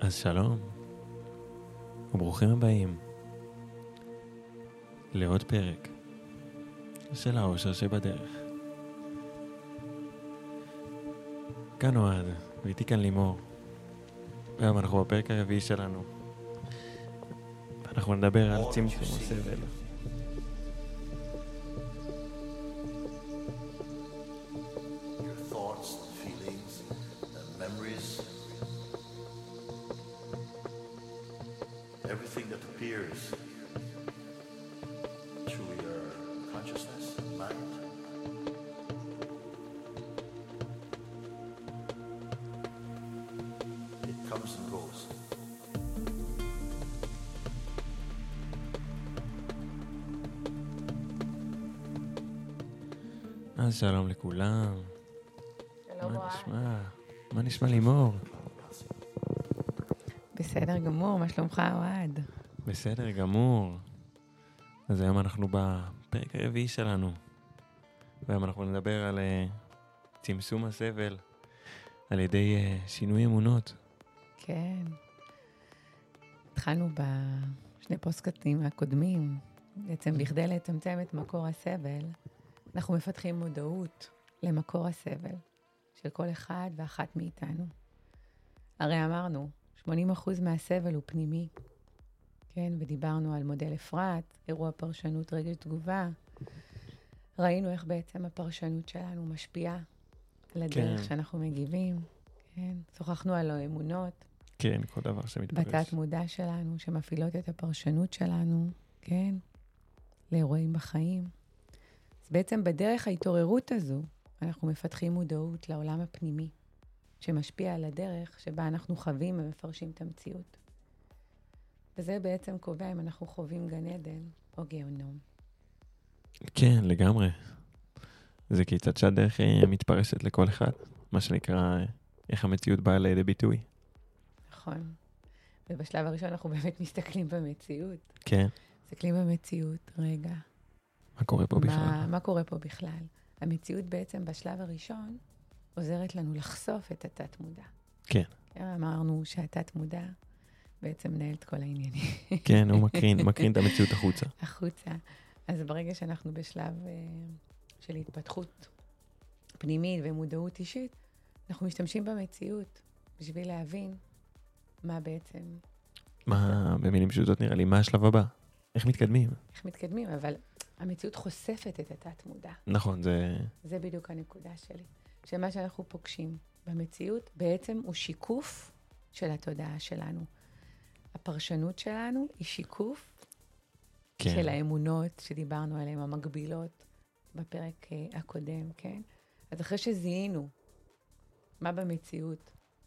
אז שלום, וברוכים הבאים לעוד פרק של האושר שבדרך. כאן אוהד, ואיתי כאן לימור. והיום אנחנו בפרק הרביעי שלנו. ואנחנו נדבר על צמצום הסבל. Everything that appears through your consciousness and mind. It comes and goes. אז שלום לכולם. שלום מה אוהד. נשמע? מה נשמע לימור? בסדר גמור, מה שלומך אוהד? בסדר גמור. אז היום אנחנו בפרק הרביעי שלנו. והיום אנחנו נדבר על צמצום הסבל על ידי שינוי אמונות. כן. התחלנו בשני פוסטקאסטים הקודמים, בעצם בכדי לצמצם את מקור הסבל, אנחנו מפתחים מודעות למקור הסבל של כל אחד ואחת מאיתנו. הרי אמרנו, 80% מהסבל הוא פנימי, כן, ודיברנו על מודל אפרת, אירוע פרשנות רגש תגובה. ראינו איך בעצם הפרשנות שלנו משפיעה על הדרך כן. שאנחנו מגיבים, כן. שוחחנו על האמונות, כן, כל דבר שמתפרש. בתת מודע שלנו, שמפעילות את הפרשנות שלנו, כן, לאירועים בחיים. אז בעצם בדרך ההתעוררות הזו, אנחנו מפתחים מודעות לעולם הפנימי, שמשפיע על הדרך שבה אנחנו חווים ומפרשים את המציאות. וזה בעצם קובע אם אנחנו חווים גן עדן או גיהנום. כן, לגמרי. זה כיצד שהדרך מתפרשת לכל אחד. מה שנקרא, איך המציאות באה לידי ביטוי. נכון. ובשלב הראשון אנחנו באמת מסתכלים במציאות. כן. מסתכלים במציאות, רגע. מה קורה פה בכלל? מה קורה פה בכלל? המציאות בעצם בשלב הראשון עוזרת לנו לחשוף את התת מודע. כן. אמרנו שהתת מודע בעצם מנהל את כל העניינים. כן, הוא מקרין את המציאות החוצה. החוצה. אז ברגע שאנחנו בשלב של התפתחות פנימית ומודעות אישית, אנחנו משתמשים במציאות בשביל להבין מה בעצם, מה, במילים פשוטות נראה לי, מה השלב הבא? איך מתקדמים? איך מתקדמים, אבל המציאות חושפת את התת מודע. נכון, זה בדיוק הנקודה שלי. שמה שאנחנו פוגשים במציאות בעצם הוא שיקוף של התודעה שלנו. הפרשנות שלנו היא שיקוף כן. של האמונות שדיברנו עליהן, המקבילות בפרק הקודם, כן? אז אחרי שזיהינו מה במציאות,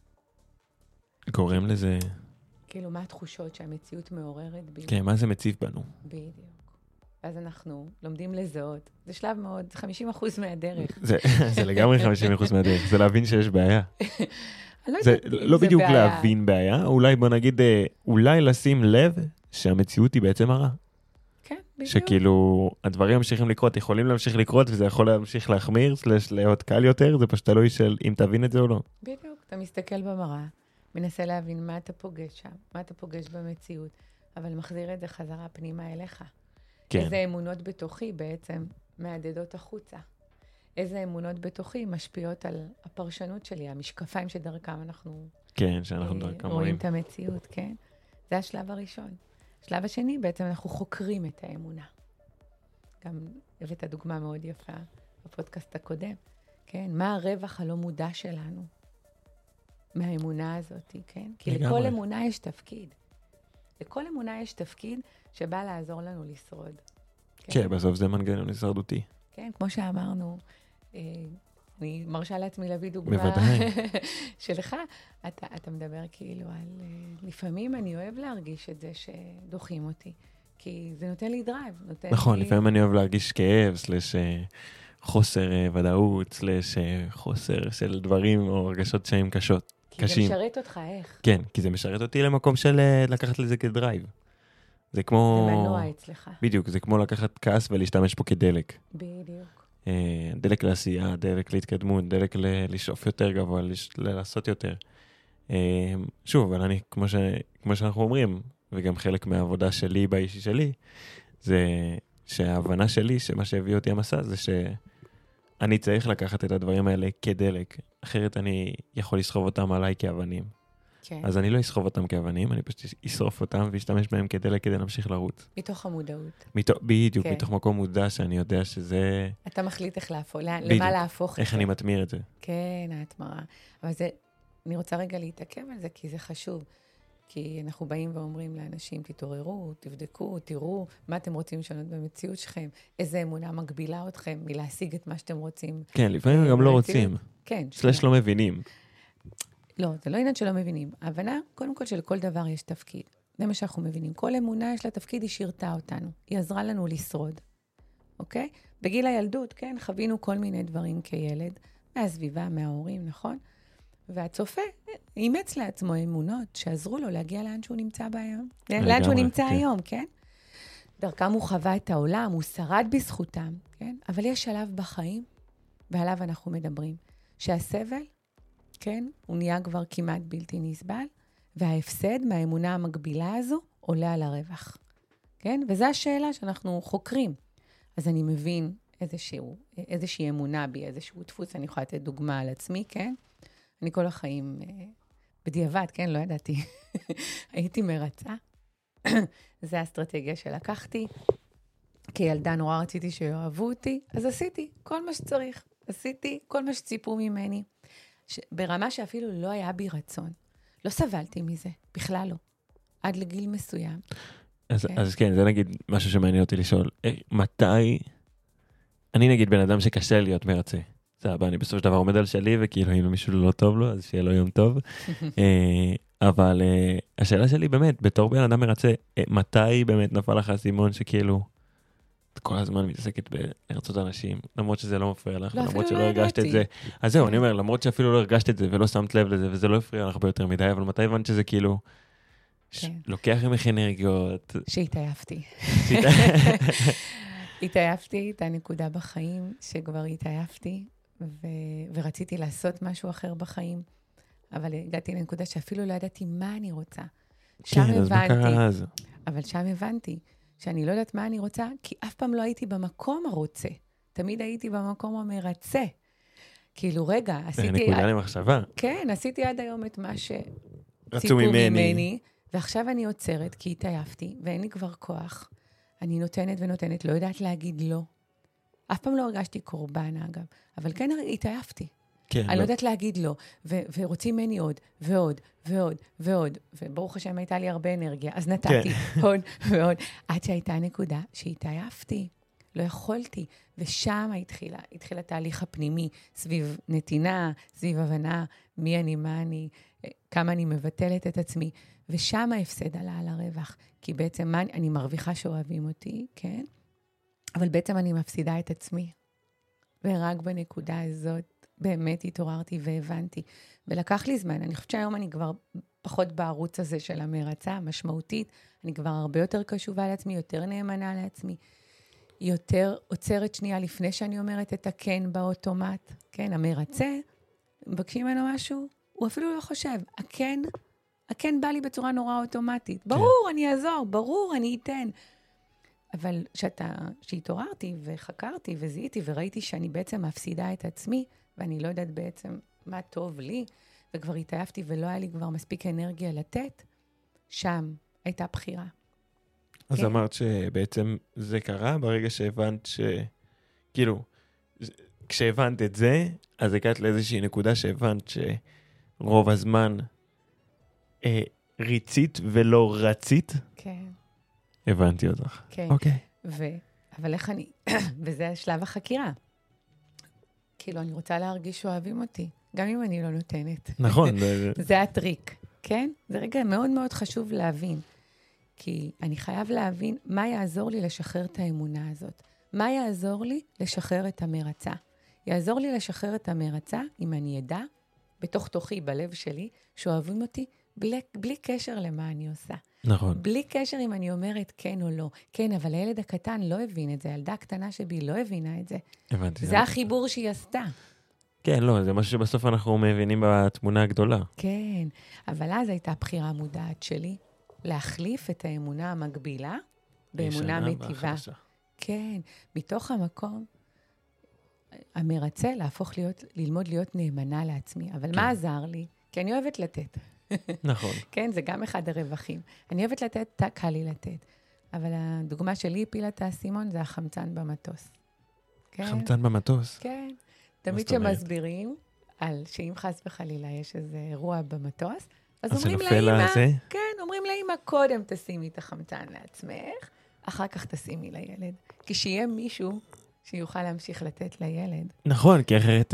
גורם לזה, כאילו מה התחושות שהמציאות מעוררת בי, כן, מה זה מציב בנו? בדיוק. אז אנחנו לומדים לזהות. זה שלב מאוד, 50% מהדרך. זה לגמרי 50% מהדרך, זה להבין שיש בעיה. אני לא זה יודעת אם לא זה בדיוק בעיה. להבין בעיה, אולי בוא נגיד, אולי לשים לב שהמציאות היא בעצם הרע. כן, בדיוק. שכאילו הדברים ממשיכים לקרות, יכולים להמשיך לקרות, וזה יכול להמשיך להחמיר, להיות קל יותר, זה פשוט תלוי של אם תבין את זה או לא. בדיוק. אתה מסתכל במראה, מנסה להבין מה אתה פוגש שם, מה אתה פוגש במציאות, אבל מחזיר את זה חזרה פנימה אליך. כן. איזה אמונות בתוכי בעצם מהדהדות החוצה. איזה אמונות בתוכי משפיעות על הפרשנות שלי, המשקפיים שדרכם אנחנו כן, שאנחנו דרכם רואים. רואים את המציאות, כן? זה השלב הראשון. השלב השני, בעצם אנחנו חוקרים את האמונה. גם הבאת דוגמה מאוד יפה בפודקאסט הקודם, כן? מה הרווח הלא מודע שלנו מהאמונה הזאת, כן? כי לגמרי. לכל אמונה יש תפקיד. לכל אמונה יש תפקיד שבא לעזור לנו לשרוד. כן, בסוף זה מנגנון הישרדותי. כן, כמו שאמרנו, אני מרשה לעצמי להביא דוגמה בוודאי. שלך. אתה מדבר כאילו על, לפעמים אני אוהב להרגיש את זה שדוחים אותי, כי זה נותן לי דרייב. נכון, לפעמים אני אוהב להרגיש כאב, חוסר ודאות, חוסר של דברים או הרגשות שהם קשות. כי זה משרת אותך, איך? כן, כי זה משרת אותי למקום של לקחת לזה כדרייב. זה כמו... זה מנוע אצלך. בדיוק, זה כמו לקחת כעס ולהשתמש פה כדלק. בדיוק. דלק לעשייה, דלק להתקדמות, דלק לשאוף יותר גבוה, לעשות יותר. שוב, אבל אני, כמו שאנחנו אומרים, וגם חלק מהעבודה שלי באישי שלי, זה שההבנה שלי, שמה שהביא אותי המסע, זה שאני צריך לקחת את הדברים האלה כדלק, אחרת אני יכול לסחוב אותם עליי כאבנים. כן. אז אני לא אסחוב אותם כאבנים, אני פשוט אשרוף אותם ואשתמש בהם כדלק כדי להמשיך לרוץ. מתוך המודעות. בדיוק, כן. מתוך מקום מודע שאני יודע שזה... אתה מחליט איך להפוך, למה להפוך את זה. איך אני מטמיר את זה. כן, ההטמרה. אבל זה, אני רוצה רגע להתעכב על זה, כי זה חשוב. כי אנחנו באים ואומרים לאנשים, תתעוררו, תבדקו, תראו מה אתם רוצים לשנות במציאות שלכם, איזה אמונה מגבילה אתכם מלהשיג את מה שאתם רוצים. כן, לפעמים גם לא רוצים. כן. סלש לא מבינים. לא, זה לא עניין שלא מבינים. ההבנה, קודם כל, שלכל דבר יש תפקיד. זה מה שאנחנו מבינים. כל אמונה יש לה תפקיד, היא שירתה אותנו. היא עזרה לנו לשרוד. אוקיי? בגיל הילדות, כן, חווינו כל מיני דברים כילד, מהסביבה, מההורים, נכון? והצופה אימץ לעצמו אמונות שעזרו לו להגיע לאן שהוא נמצא היום. לאן שהוא נמצא היום, כן? דרכם הוא חווה את העולם, הוא שרד בזכותם, כן? אבל יש שלב בחיים, ועליו אנחנו מדברים, שהסבל, כן, הוא נהיה כבר כמעט בלתי נסבל, וההפסד מהאמונה המקבילה הזו עולה על הרווח, כן? וזו השאלה שאנחנו חוקרים. אז אני מבין איזושהי אמונה בי, איזשהו דפוס, אני יכולה לתת דוגמה על עצמי, כן? אני כל החיים בדיעבד, כן? לא ידעתי. הייתי מרצה. זו האסטרטגיה שלקחתי. כילדה נורא רציתי שיאהבו אותי, אז עשיתי כל מה שצריך. עשיתי כל מה שציפו ממני. ברמה שאפילו לא היה בי רצון. לא סבלתי מזה, בכלל לא. עד לגיל מסוים. אז כן, זה נגיד משהו שמעניין אותי לשאול. מתי... אני נגיד בן אדם שקשה להיות מרצה. סבבה, אני בסופו של דבר עומד על שלי, וכאילו אם למישהו לא טוב לו, אז שיהיה לו יום טוב. אבל השאלה שלי באמת, בתור בן אדם מרצה, מתי באמת נפל לך הסימון שכאילו, כל הזמן מתעסקת בארצות אנשים, למרות שזה לא מפריע לך, למרות שלא הרגשת את זה. אז זהו, אני אומר, למרות שאפילו לא הרגשת את זה, ולא שמת לב לזה, וזה לא הפריע לך ביותר מדי, אבל מתי הבנת שזה כאילו, לוקח ממך אנרגיות? שהתעייפתי. התעייפתי, את הנקודה בחיים שכבר התעייפתי, ורציתי לעשות משהו אחר בחיים, אבל הגעתי לנקודה שאפילו לא ידעתי מה אני רוצה. שם הבנתי, אבל שם הבנתי שאני לא יודעת מה אני רוצה, כי אף פעם לא הייתי במקום הרוצה. תמיד הייתי במקום המרצה. כאילו, רגע, עשיתי... זה נקודה למחשבה. כן, עשיתי עד היום את מה שציפו ממני, ועכשיו אני עוצרת, כי התעייפתי, ואין לי כבר כוח. אני נותנת ונותנת, לא יודעת להגיד לא. אף פעם לא הרגשתי קורבן, אגב, אבל כן התעייפתי. כן, אני לא יודעת להגיד לא, ורוצים ממני עוד, ועוד, ועוד, ועוד, וברוך השם הייתה לי הרבה אנרגיה, אז נתתי עוד ועוד, עד שהייתה נקודה שהתעייפתי, לא יכולתי, ושם התחיל התהליך הפנימי, סביב נתינה, סביב הבנה, מי אני, מה אני, כמה אני מבטלת את עצמי, ושם ההפסד עלה על הרווח, כי בעצם אני מרוויחה שאוהבים אותי, כן? אבל בעצם אני מפסידה את עצמי. ורק בנקודה הזאת באמת התעוררתי והבנתי. ולקח לי זמן. אני חושבת שהיום אני כבר פחות בערוץ הזה של המרצה, משמעותית. אני כבר הרבה יותר קשובה לעצמי, יותר נאמנה לעצמי. יותר עוצרת שנייה לפני שאני אומרת את הכן באוטומט. כן, המרצה, מבקשים ממנו משהו, הוא אפילו לא חושב. הכן בא לי בצורה נורא אוטומטית. ברור, אני אעזור, ברור, אני אתן. אבל שהתעוררתי וחקרתי וזיהיתי וראיתי שאני בעצם מפסידה את עצמי, ואני לא יודעת בעצם מה טוב לי, וכבר התעייפתי ולא היה לי כבר מספיק אנרגיה לתת, שם הייתה בחירה. אז אמרת שבעצם זה קרה ברגע שהבנת כאילו, כשהבנת את זה, אז הגעת לאיזושהי נקודה שהבנת שרוב הזמן ריצית ולא רצית? כן. הבנתי אותך. כן. אוקיי. אבל איך אני... וזה שלב החקירה. כאילו, אני רוצה להרגיש שאוהבים אותי, גם אם אני לא נותנת. נכון. זה הטריק, כן? זה רגע מאוד מאוד חשוב להבין. כי אני חייב להבין מה יעזור לי לשחרר את האמונה הזאת. מה יעזור לי לשחרר את המרצה? יעזור לי לשחרר את המרצה, אם אני ידע, בתוך תוכי, בלב שלי, שאוהבים אותי, בלי קשר למה אני עושה. נכון. בלי קשר אם אני אומרת כן או לא. כן, אבל הילד הקטן לא הבין את זה, הילדה הקטנה שבי לא הבינה את זה. הבנתי. זה החיבור שהיא עשתה. כן, לא, זה משהו שבסוף אנחנו מבינים בתמונה הגדולה. כן, אבל אז הייתה בחירה מודעת שלי להחליף את האמונה המקבילה באמונה ישנה מטיבה. בחדשה. כן, מתוך המקום המרצה ללמוד להיות נאמנה לעצמי. אבל כן. מה עזר לי? כי אני אוהבת לתת. נכון. כן, זה גם אחד הרווחים. אני אוהבת לתת, קל לי לתת. אבל הדוגמה שלי הפילה את האסימון, זה החמצן במטוס. כן? חמצן במטוס. כן. תמיד זאת אומרת? שמסבירים על שאם חס וחלילה יש איזה אירוע במטוס, אז אז אומרים שנופל לאמא, הזה? כן, אומרים לאמא, קודם תשימי את החמצן לעצמך, אחר כך תשימי לילד. כי שיהיה מישהו שיוכל להמשיך לתת לילד. נכון, כי אחרת,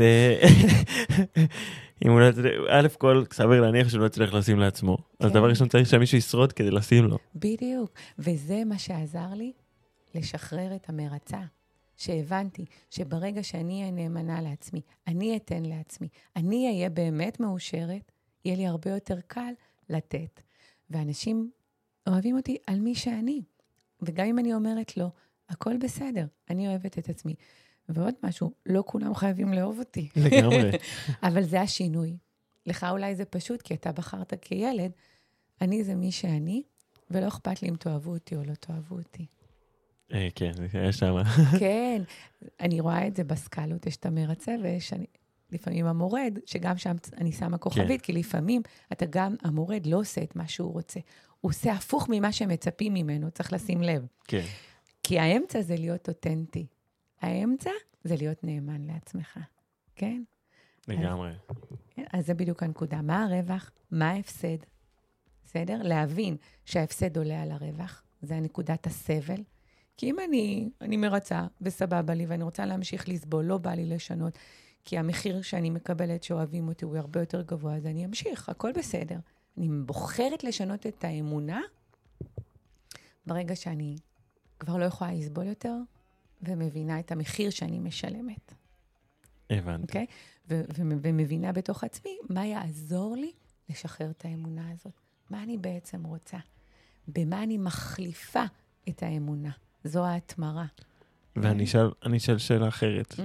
אם הוא לא יצליח, א' כל, סביר להניח שהוא לא יצליח לשים לעצמו. אז כן. דבר ראשון צריך שמישהו ישרוד כדי לשים לו. בדיוק. וזה מה שעזר לי לשחרר את המרצה. שהבנתי שברגע שאני אהיה נאמנה לעצמי, אני אתן לעצמי, אני אהיה באמת מאושרת, יהיה לי הרבה יותר קל לתת. ואנשים אוהבים אותי על מי שאני. וגם אם אני אומרת לו, הכל בסדר, אני אוהבת את עצמי. ועוד משהו, לא כולם חייבים לאהוב אותי. לגמרי. אבל זה השינוי. לך אולי זה פשוט, כי אתה בחרת כילד, אני זה מי שאני, ולא אכפת לי אם תאהבו אותי או לא תאהבו אותי. כן, זה יש שם. כן, אני רואה את זה בסקלות, יש את המרצה ויש לפעמים המורד, שגם שם אני שמה כוכבית, כי לפעמים אתה גם, המורד לא עושה את מה שהוא רוצה. הוא עושה הפוך ממה שמצפים ממנו, צריך לשים לב. כן. כי האמצע זה להיות אותנטי. האמצע זה להיות נאמן לעצמך, כן? לגמרי. אז זה בדיוק הנקודה. מה הרווח? מה ההפסד? בסדר? להבין שההפסד עולה על הרווח, זה הנקודת הסבל. כי אם אני מרצה וסבבה לי, ואני רוצה להמשיך לסבול, לא בא לי לשנות, כי המחיר שאני מקבלת שאוהבים אותי הוא הרבה יותר גבוה, אז אני אמשיך, הכל בסדר. אני בוחרת לשנות את האמונה, ברגע שאני כבר לא יכולה לסבול יותר, ומבינה את המחיר שאני משלמת. הבנתי. אוקיי? ומבינה בתוך עצמי, מה יעזור לי לשחרר את האמונה הזאת? מה אני בעצם רוצה? במה אני מחליפה את האמונה? זו ההתמרה. ואני אשאל שאלה אחרת.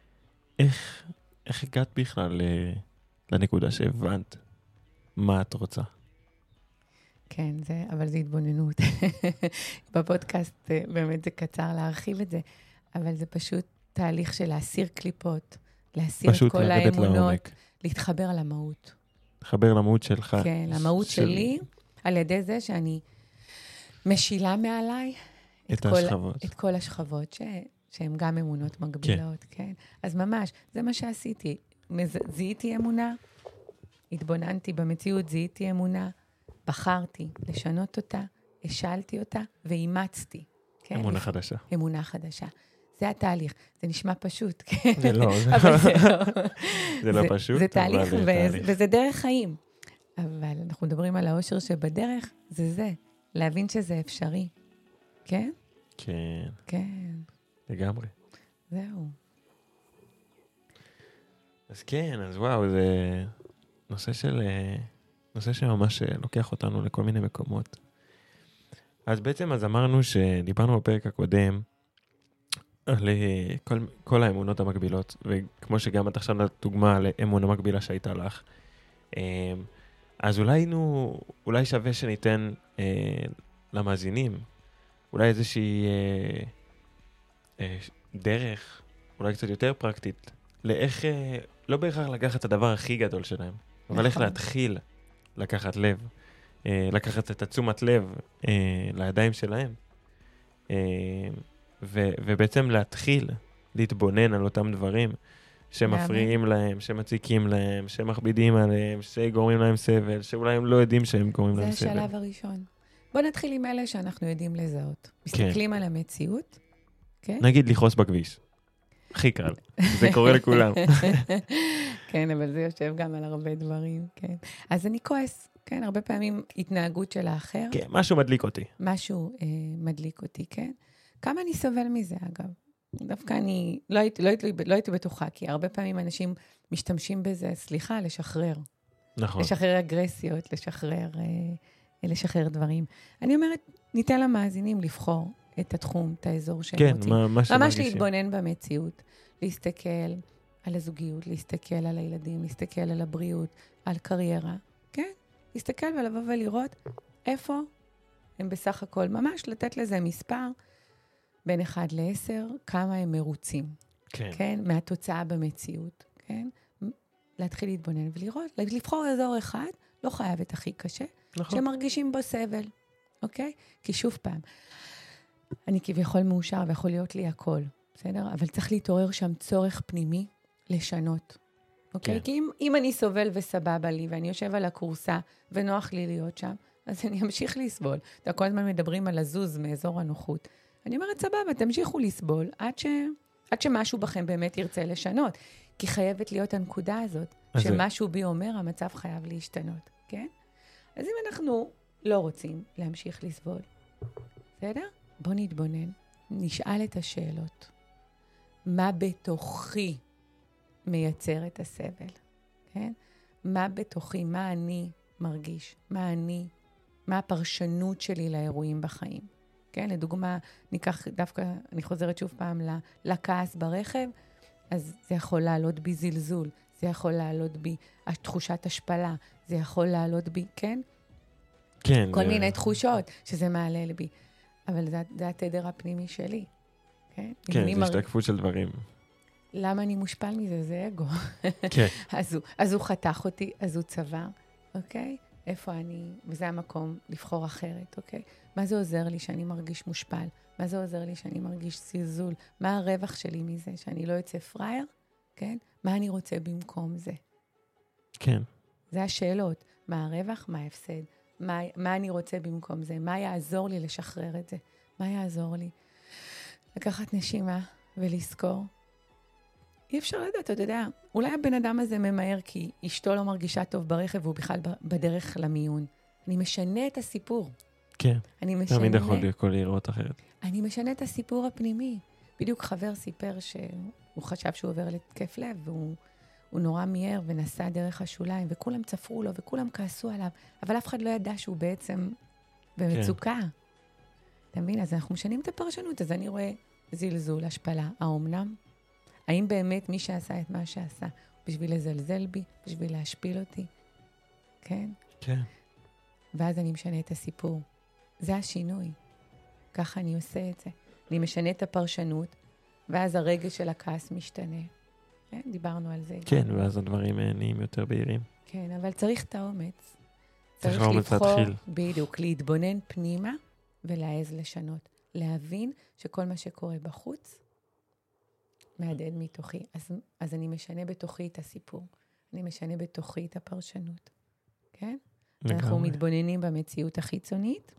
איך הגעת בכלל לנקודה שהבנת מה את רוצה? כן, אבל זה התבוננות. בפודקאסט באמת זה קצר להרחיב את זה, אבל זה פשוט תהליך של להסיר קליפות, להסיר את כל האמונות, להתחבר למהות. להתחבר למהות שלך. כן, למהות שלי, על ידי זה שאני משילה מעליי את כל השכבות, שהן גם אמונות מגבילות, כן? אז ממש, זה מה שעשיתי. זיהיתי אמונה, התבוננתי במציאות, זיהיתי אמונה, בחרתי לשנות אותה, השלתי אותה ואימצתי. כן? אמונה חדשה. אמונה חדשה. זה התהליך. זה נשמע פשוט, כן? זה לא. אבל זה לא. זה לא פשוט. זה תהליך וזה דרך חיים. אבל אנחנו מדברים על האושר שבדרך, זה. להבין שזה אפשרי. כן? כן. כן. לגמרי. זהו. אז כן, אז וואו, זה נושא שממש לוקח אותנו לכל מיני מקומות. אז בעצם אמרנו שדיברנו בפרק הקודם על כל האמונות המקבילות, וכמו שגם את עכשיו דוגמה לאמונה מקבילה שהייתה לך. אז אולי שווה שניתן למאזינים, אולי איזושהי דרך, אולי קצת יותר פרקטית, לאיך, לא בהכרח לקחת את הדבר הכי גדול שלהם, אבל איך להתחיל לקחת לב, לקחת את תשומת לב לידיים שלהם, ובעצם להתחיל להתבונן על אותם דברים שמפריעים להם, שמציקים להם, שמכבידים עליהם, שגורמים להם סבל, שאולי הם לא יודעים שהם גורמים להם סבל. זה השלב הראשון. בוא נתחיל עם אלה שאנחנו יודעים לזהות. מסתכלים על המציאות, כן? נגיד לכעוס בכביש. הכי קל. זה קורה לכולם. כן, אבל זה יושב גם על הרבה דברים, כן. אז אני כועס, כן, הרבה פעמים התנהגות של האחר. כן, משהו מדליק אותי. משהו מדליק אותי, כן. כמה אני סובל מזה, אגב. דווקא אני לא הייתי בטוחה, כי הרבה פעמים אנשים משתמשים בזה, סליחה, לשחרר. נכון. לשחרר אגרסיות, לשחרר דברים. אני אומרת, ניתן למאזינים לבחור את התחום, את האזור שהם רוצים. כן, מה שמרגישים. ממש להתבונן במציאות, להסתכל, על הזוגיות, להסתכל על הילדים, להסתכל על הבריאות, על קריירה, כן? להסתכל ולבוא ולראות איפה הם בסך הכל, ממש לתת לזה מספר בין 1 ל-10, כמה הם מרוצים, כן? מהתוצאה במציאות, כן? להתחיל להתבונן ולראות, לבחור אזור אחד, לא חייב את הכי קשה, שמרגישים בו סבל, אוקיי? כי שוב פעם, אני כביכול מאושר ויכול להיות לי הכל, בסדר? אבל צריך להתעורר שם צורך פנימי לשנות, אוקיי? כי אם אני סובל וסבבה לי, ואני יושב על הקורסה ונוח לי להיות שם, אז אני אמשיך לסבול. אתה כל הזמן מדברים על לזוז מאזור הנוחות. אני אומרת, סבבה, תמשיכו לסבול, עד שמשהו בכם באמת ירצה לשנות. כי חייבת להיות הנקודה הזאת, שמשהו בי אומר, המצב חייב להשתנות, כן? אז אם אנחנו לא רוצים להמשיך לסבול, בסדר? בוא נתבונן, נשאל את השאלות. מה בתוכי מייצר את הסבל, כן? מה בתוכי, מה אני מרגיש, מה הפרשנות שלי לאירועים בחיים, כן? לדוגמה, ניקח דווקא, אני חוזרת שוב פעם לכעס ברכב, אז זה יכול לעלות בי זלזול, זה יכול לעלות בי תחושת השפלה, זה יכול לעלות בי, כן? כן. כל מיני תחושות שזה מעלה לבי. אבל זה התדר הפנימי שלי, כן? כן, זה השתקפות של דברים. למה אני מושפל מזה? זה אגו. כן. אז הוא חתך אותי, אז הוא צבע, אוקיי? איפה אני? וזה המקום לבחור אחרת, אוקיי? מה זה עוזר לי שאני מרגיש מושפל? מה זה עוזר לי שאני מרגיש זלזול? מה הרווח שלי מזה? שאני לא יוצא פרייר? כן? מה אני רוצה במקום זה? כן. זה השאלות. מה הרווח? מה ההפסד? מה אני רוצה במקום זה? מה יעזור לי לשחרר את זה? מה יעזור לי? לקחת נשימה ולזכור. אי אפשר לדעת, אתה יודע, אולי הבן אדם הזה ממהר כי אשתו לא מרגישה טוב ברכב והוא בכלל בדרך למיון. אני משנה את הסיפור. כן. תמיד יכול לראות אחרת. אני משנה את הסיפור הפנימי. בדיוק חבר סיפר שהוא חשב שהוא עובר להתקף לב, והוא נורא מיהר ונסע דרך השוליים, וכולם צפרו לו וכולם כעסו עליו, אבל אף אחד לא ידע שהוא בעצם במצוקה. כן. אתה מבין? אז אנחנו משנים את הפרשנות, אז אני רואה זלזול, השפלה. האומנם? האם באמת מי שעשה את מה שעשה, בשביל לזלזל בי, בשביל להשפיל אותי? כן? כן. ואז אני משנה את הסיפור. זה השינוי. ככה אני עושה את זה. אני משנה את הפרשנות, ואז הרגש של הכעס משתנה. כן? דיברנו על זה. כן, ואז הדברים נהיים יותר בהירים. כן, אבל צריך את האומץ. צריך האומץ להתחיל. בדיוק, להתבונן פנימה ולהעז לשנות. להבין שכל מה שקורה בחוץ, מהדהד מתוכי. אז אני משנה בתוכי את הסיפור. אני משנה בתוכי את הפרשנות. כן? אנחנו מתבוננים במציאות החיצונית.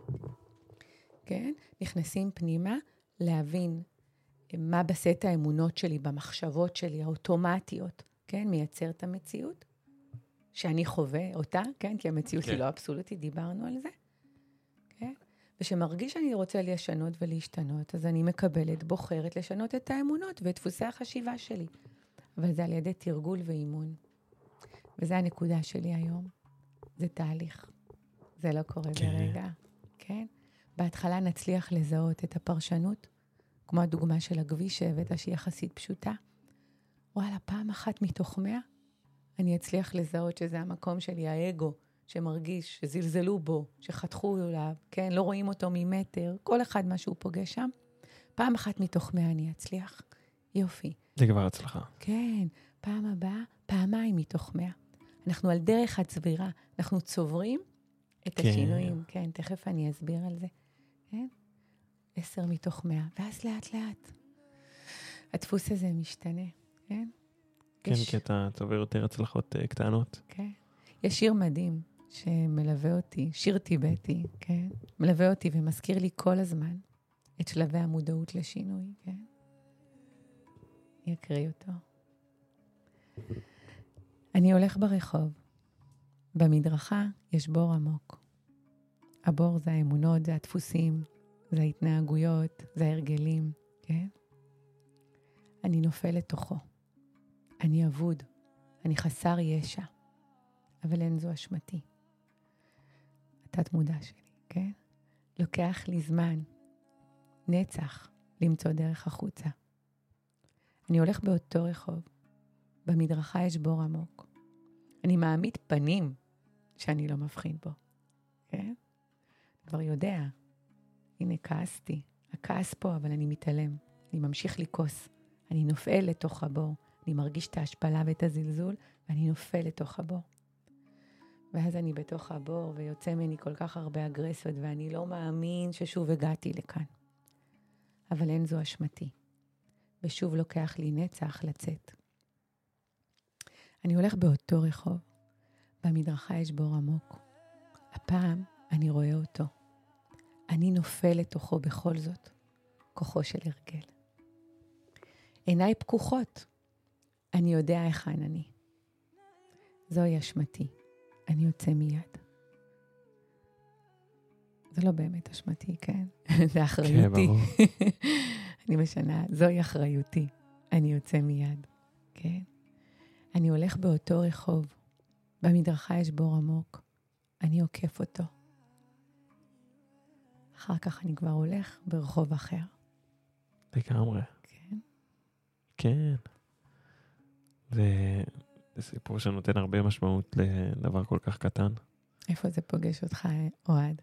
כן? נכנסים פנימה להבין מה בסט האמונות שלי, במחשבות שלי, האוטומטיות, כן? מייצר את המציאות. שאני חווה אותה, כן? כי המציאות היא לא אבסולוטית, דיברנו על זה. כן? ושמרגיש שאני רוצה לשנות ולהשתנות, אז אני מקבלת, בוחרת לשנות את האמונות ואת דפוסי החשיבה שלי. אבל זה על ידי תרגול ואימון. וזה הנקודה שלי היום. זה תהליך. זה לא קורה ברגע. כן? בהתחלה נצליח לזהות את הפרשנות, כמו הדוגמה של הכביש שהבאת שהיא יחסית פשוטה. וואלה, פעם אחת מתוך 100, אני אצליח לזהות שזה המקום שלי, האגו, שמרגיש, שזלזלו בו, שחתכו אליו, כן? לא רואים אותו ממטר, כל אחד מה שהוא פוגש שם. פעם אחת מתוך 100 אני אצליח. יופי. זה כבר הצלחה. כן, פעם הבאה, פעמיים מתוך 100. אנחנו על דרך הצבירה, אנחנו צוברים את השינויים. כן, תכף אני אסביר על זה. כן? 10 מתוך 100, ואז לאט לאט. הדפוס הזה משתנה, כן? כן, כי אתה צובר יותר הצלחות קטנות. כן. יש שיר מדהים שמלווה אותי, שיר טיבטי, כן? מלווה אותי ומזכיר לי כל הזמן את שלבי המודעות לשינוי, כן? אני אקריא אותו. אני הולך ברחוב. במדרכה יש בור עמוק. הבור זה האמונות, זה הדפוסים, זה ההתנהגויות, זה ההרגלים, כן? אני נופל לתוכו. אני אבוד. אני חסר ישע. אבל אין זו אשמתי. התת מודע שלי, כן? לוקח לי זמן, נצח, למצוא דרך החוצה. אני הולך באותו רחוב, במדרכה יש בור עמוק. אני מעמיד פנים שאני לא מבחין בו. כן? כבר יודע. הנה, כעסתי. הכעס פה, אבל אני מתעלם. אני ממשיך לכעוס. אני נופל לתוך הבור. אני מרגיש את ההשפלה ואת הזלזול, ואני נופל לתוך הבור. ואז אני בתוך הבור, ויוצא ממני כל כך הרבה אגרסיות, ואני לא מאמין ששוב הגעתי לכאן. אבל אין זו אשמתי. ושוב לוקח לי נצח לצאת. אני הולך באותו רחוב. במדרכה יש בור עמוק. הפעם אני רואה אותו. אני נופל לתוכו בכל זאת. כוחו של הרגל. עיניי פקוחות. אני יודע היכן אני. זוהי אשמתי. אני יוצא מיד. זה לא באמת אשמתי, כן? זה אחריותי. כן, ברור. אני משנה, זוהי אחריותי. אני יוצא מיד, כן? אני הולך באותו רחוב. במדרכה יש בור עמוק. אני עוקף אותו. אחר כך אני כבר הולך ברחוב אחר. לגמרי. כן? כן. זה סיפור שנותן הרבה משמעות לדבר כל כך קטן. איפה זה פוגש אותך, אוהד?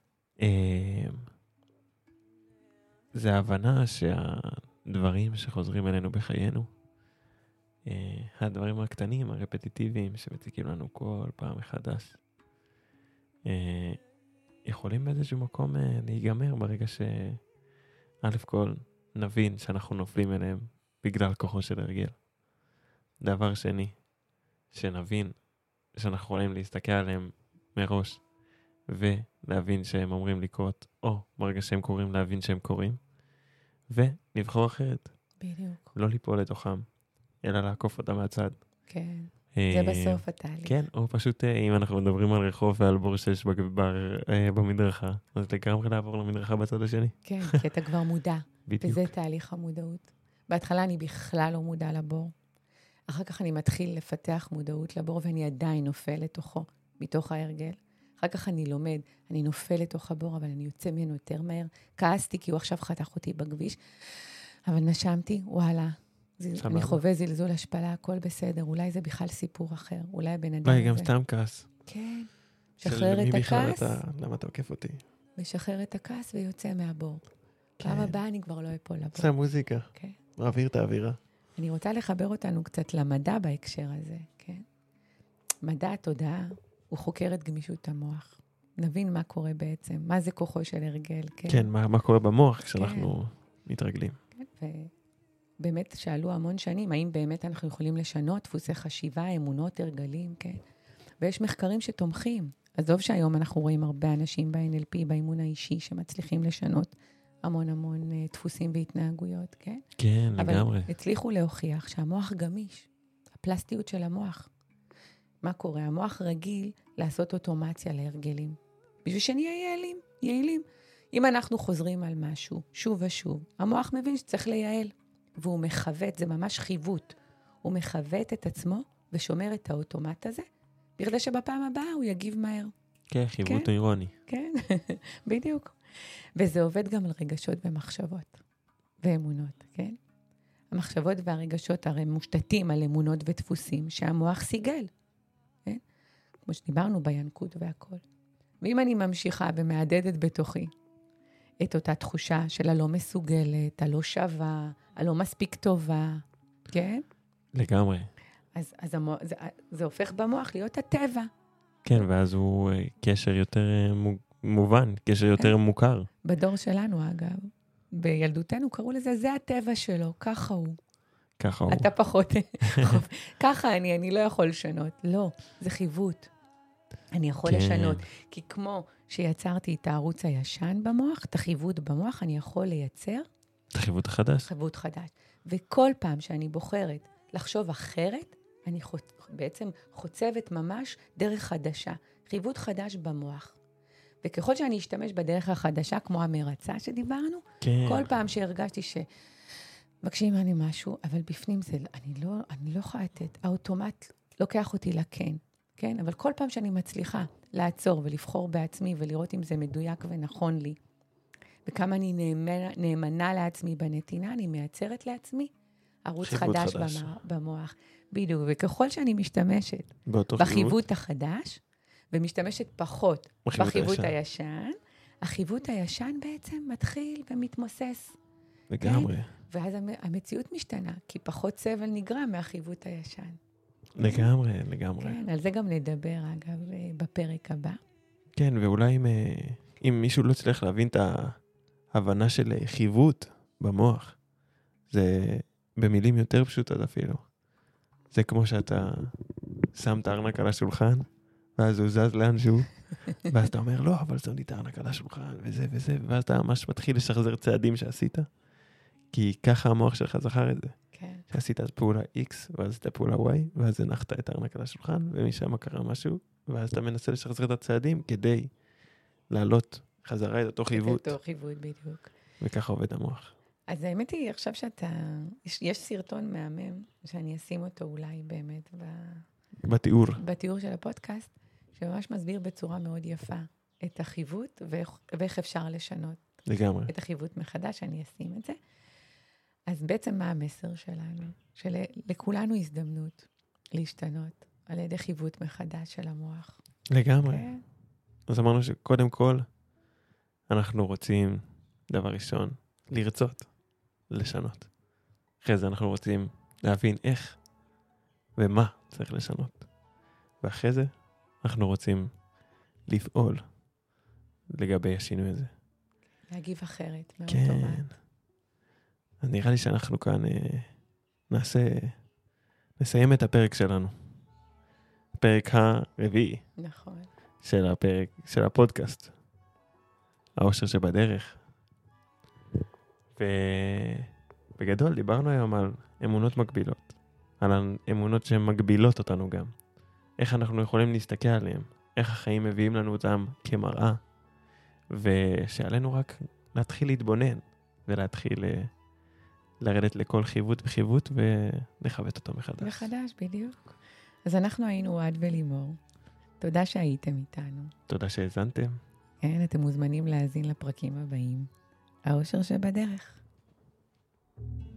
זה ההבנה שהדברים שחוזרים אלינו בחיינו, הדברים הקטנים, הרפטיטיביים, שמציקים לנו כל פעם מחדש, יכולים באיזשהו מקום להיגמר ברגע שא' כל נבין שאנחנו נופלים אליהם בגלל כוחו של הרגל. דבר שני, שנבין שאנחנו יכולים להסתכל עליהם מראש, ולהבין שהם אומרים לקרות, או ברגע שהם קוראים להבין שהם קוראים, ונבחור אחרת. בדיוק. לא ליפול לתוכם, אלא לעקוף אותם מהצד. כן. זה בסוף התהליך. כן, או פשוט אם אנחנו מדברים על רחוב ועל בור שיש במדרכה, אז לגמרי לעבור למדרכה בצד השני. כן, כי אתה כבר מודע. בדיוק. וזה תהליך המודעות. בהתחלה אני בכלל לא מודע לבור. אחר כך אני מתחיל לפתח מודעות לבור, ואני עדיין נופל לתוכו, מתוך ההרגל. אחר כך אני לומד, אני נופל לתוך הבור, אבל אני יוצא ממנו יותר מהר. כעסתי כי הוא עכשיו חתך אותי בכביש, אבל נשמתי, וואלה. אני חווה זלזול השפלה, הכל בסדר. אולי זה בכלל סיפור אחר. אולי הבן אדם הזה. גם סתם כעס. כן. שחרר את הכעס. למה אתה עוקף אותי? משחרר את הכעס ויוצא מהבור. פעם הבאה אני כבר לא אפול לבור. זה מוזיקה. כן. מעביר את האווירה. אני רוצה לחבר אותנו קצת למדע בהקשר הזה, כן? מדע התודעה הוא חוקר את גמישות המוח. נבין מה קורה בעצם, מה זה כוחו של הרגל, כן? כן, מה קורה במוח כשאנחנו מתרגלים. כן, ובאמת שאלו המון שנים, האם באמת אנחנו יכולים לשנות דפוסי חשיבה, אמונות, הרגלים, כן? ויש מחקרים שתומכים. עזוב שהיום אנחנו רואים הרבה אנשים ב-NLP, באימון האישי, שמצליחים לשנות המון דפוסים והתנהגויות, כן? כן, לגמרי. אבל הצליחו להוכיח שהמוח גמיש, הפלסטיות של המוח. מה קורה? המוח רגיל לעשות אוטומציה להרגלים. בשביל שנהיה יעילים. אם אנחנו חוזרים על משהו שוב ושוב, המוח מבין שצריך לייעל, והוא מחוות, זה ממש חיוות. הוא מחוות את עצמו ושומר את האוטומט הזה, בכדי שבפעם הבאה הוא יגיב מהר. כן, חיוות אירוני. כן, בדיוק. וזה עובד גם על רגשות ומחשבות ואמונות, כן? המחשבות והרגשות הרי מושתתים על אמונות ודפוסים שהמוח סיגל, כן? כמו שדיברנו בינקות והכל. ואם אני ממשיכה ומעדדת בתוכי את אותה תחושה של הלא מסוגלת, הלא שווה, הלא מספיק טובה, כן? לגמרי. אז זה הופך במוח להיות הטבע. כן, ואז הוא קשר יותר מובן, קשר יותר מוכר. בדור שלנו, אגב, בילדותנו קראו לזה, זה הטבע שלו, ככה הוא. ככה הוא. אתה פחות, ככה אני לא יכול לשנות. לא, זה חיוות. אני יכול לשנות. כי כמו שיצרתי את הערוץ הישן במוח, את החיוות במוח, אני יכול לייצר את החיוות החדש. חיוות חדש. וכל פעם שאני בוחרת לחשוב אחרת, אני בעצם חוצבת ממש דרך חדשה. חיוות חדש במוח. וככל שאני אשתמש בדרך החדשה, כמו המרצה שדיברנו, כן. כל פעם שהרגשתי מבקשים ממני משהו, אבל בפנים זה, אני לא יכולה לתת. האוטומט לוקח אותי לכן, כן? אבל כל פעם שאני מצליחה לעצור ולבחור בעצמי ולראות אם זה מדויק ונכון לי, וכמה אני נאמנה לעצמי בנתינה, אני מייצרת לעצמי ערוץ חיווט חדש חדש. במוח. בדיוק, וככל שאני משתמשת באותו בחיווט החדש, ומשתמשת פחות בחיווט בחיווט הישן. הישן, החיווט הישן בעצם מתחיל ומתמוסס. לגמרי. ואז המציאות משתנה, כי פחות סבל נגרם מהחיווט הישן. לגמרי, לגמרי. כן, על זה גם נדבר, אגב, בפרק הבא. כן, ואולי אם מישהו לא צריך להבין את ההבנה של חיווט במוח, זה במילים יותר פשוטות אפילו. זה כמו שאתה שם את הארנק על השולחן, ואז הוא זז לאנשהו, ואז אתה אומר, לא, אבל שמתי את הארנק על השולחן, וזה וזה, ואז אתה ממש מתחיל לשחזר צעדים שעשית, כי ככה המוח שלך זכר את זה. כן. שעשית את פעולה X, ואז את הפעולה Y, ואז הנחת את הארנק על השולחן, ומשם קרה משהו, ואז אתה מנסה לשחזר את הצעדים כדי לעלות חזרה את אותו חיווט, את אותו חיווט, בדיוק. וככה עובד המוח. אז האמת היא, עכשיו יש סרטון מהמם, שאני אשים אותו אולי באמת בתיאור של הפודקאסט, שממש מסביר בצורה מאוד יפה את החיווט, ואיך אפשר לשנות לגמרי. את החיווט מחדש, אני אשים את זה. אז בעצם מה המסר שלנו? שלכולנו הזדמנות להשתנות על ידי חיווט מחדש של המוח. לגמרי. כן? אז אמרנו שקודם כל, אנחנו רוצים, דבר ראשון, לרצות, לשנות. אחרי זה אנחנו רוצים להבין איך ומה צריך לשנות. ואחרי זה אנחנו רוצים לפעול לגבי השינוי הזה. להגיב אחרת, כן. מאוטומט. אז נראה לי שאנחנו כאן נסיים את הפרק שלנו. הפרק הרביעי נכון. של הפודקאסט. האושר שבדרך. ובגדול דיברנו היום על אמונות מקבילות. על האמונות שהן מגבילות אותנו גם. איך אנחנו יכולים להסתכל עליהן. איך החיים מביאים לנו אותם כמראה. ושעלינו רק להתחיל להתבונן. ולהתחיל לרדת לכל חיווט וחיווט ולחוות אותו מחדש. מחדש, בדיוק. אז אנחנו היינו אוהד ולימור. תודה שהייתם איתנו. תודה שהאזנתם. כן, אתם מוזמנים להאזין לפרקים הבאים. האושר שבדרך.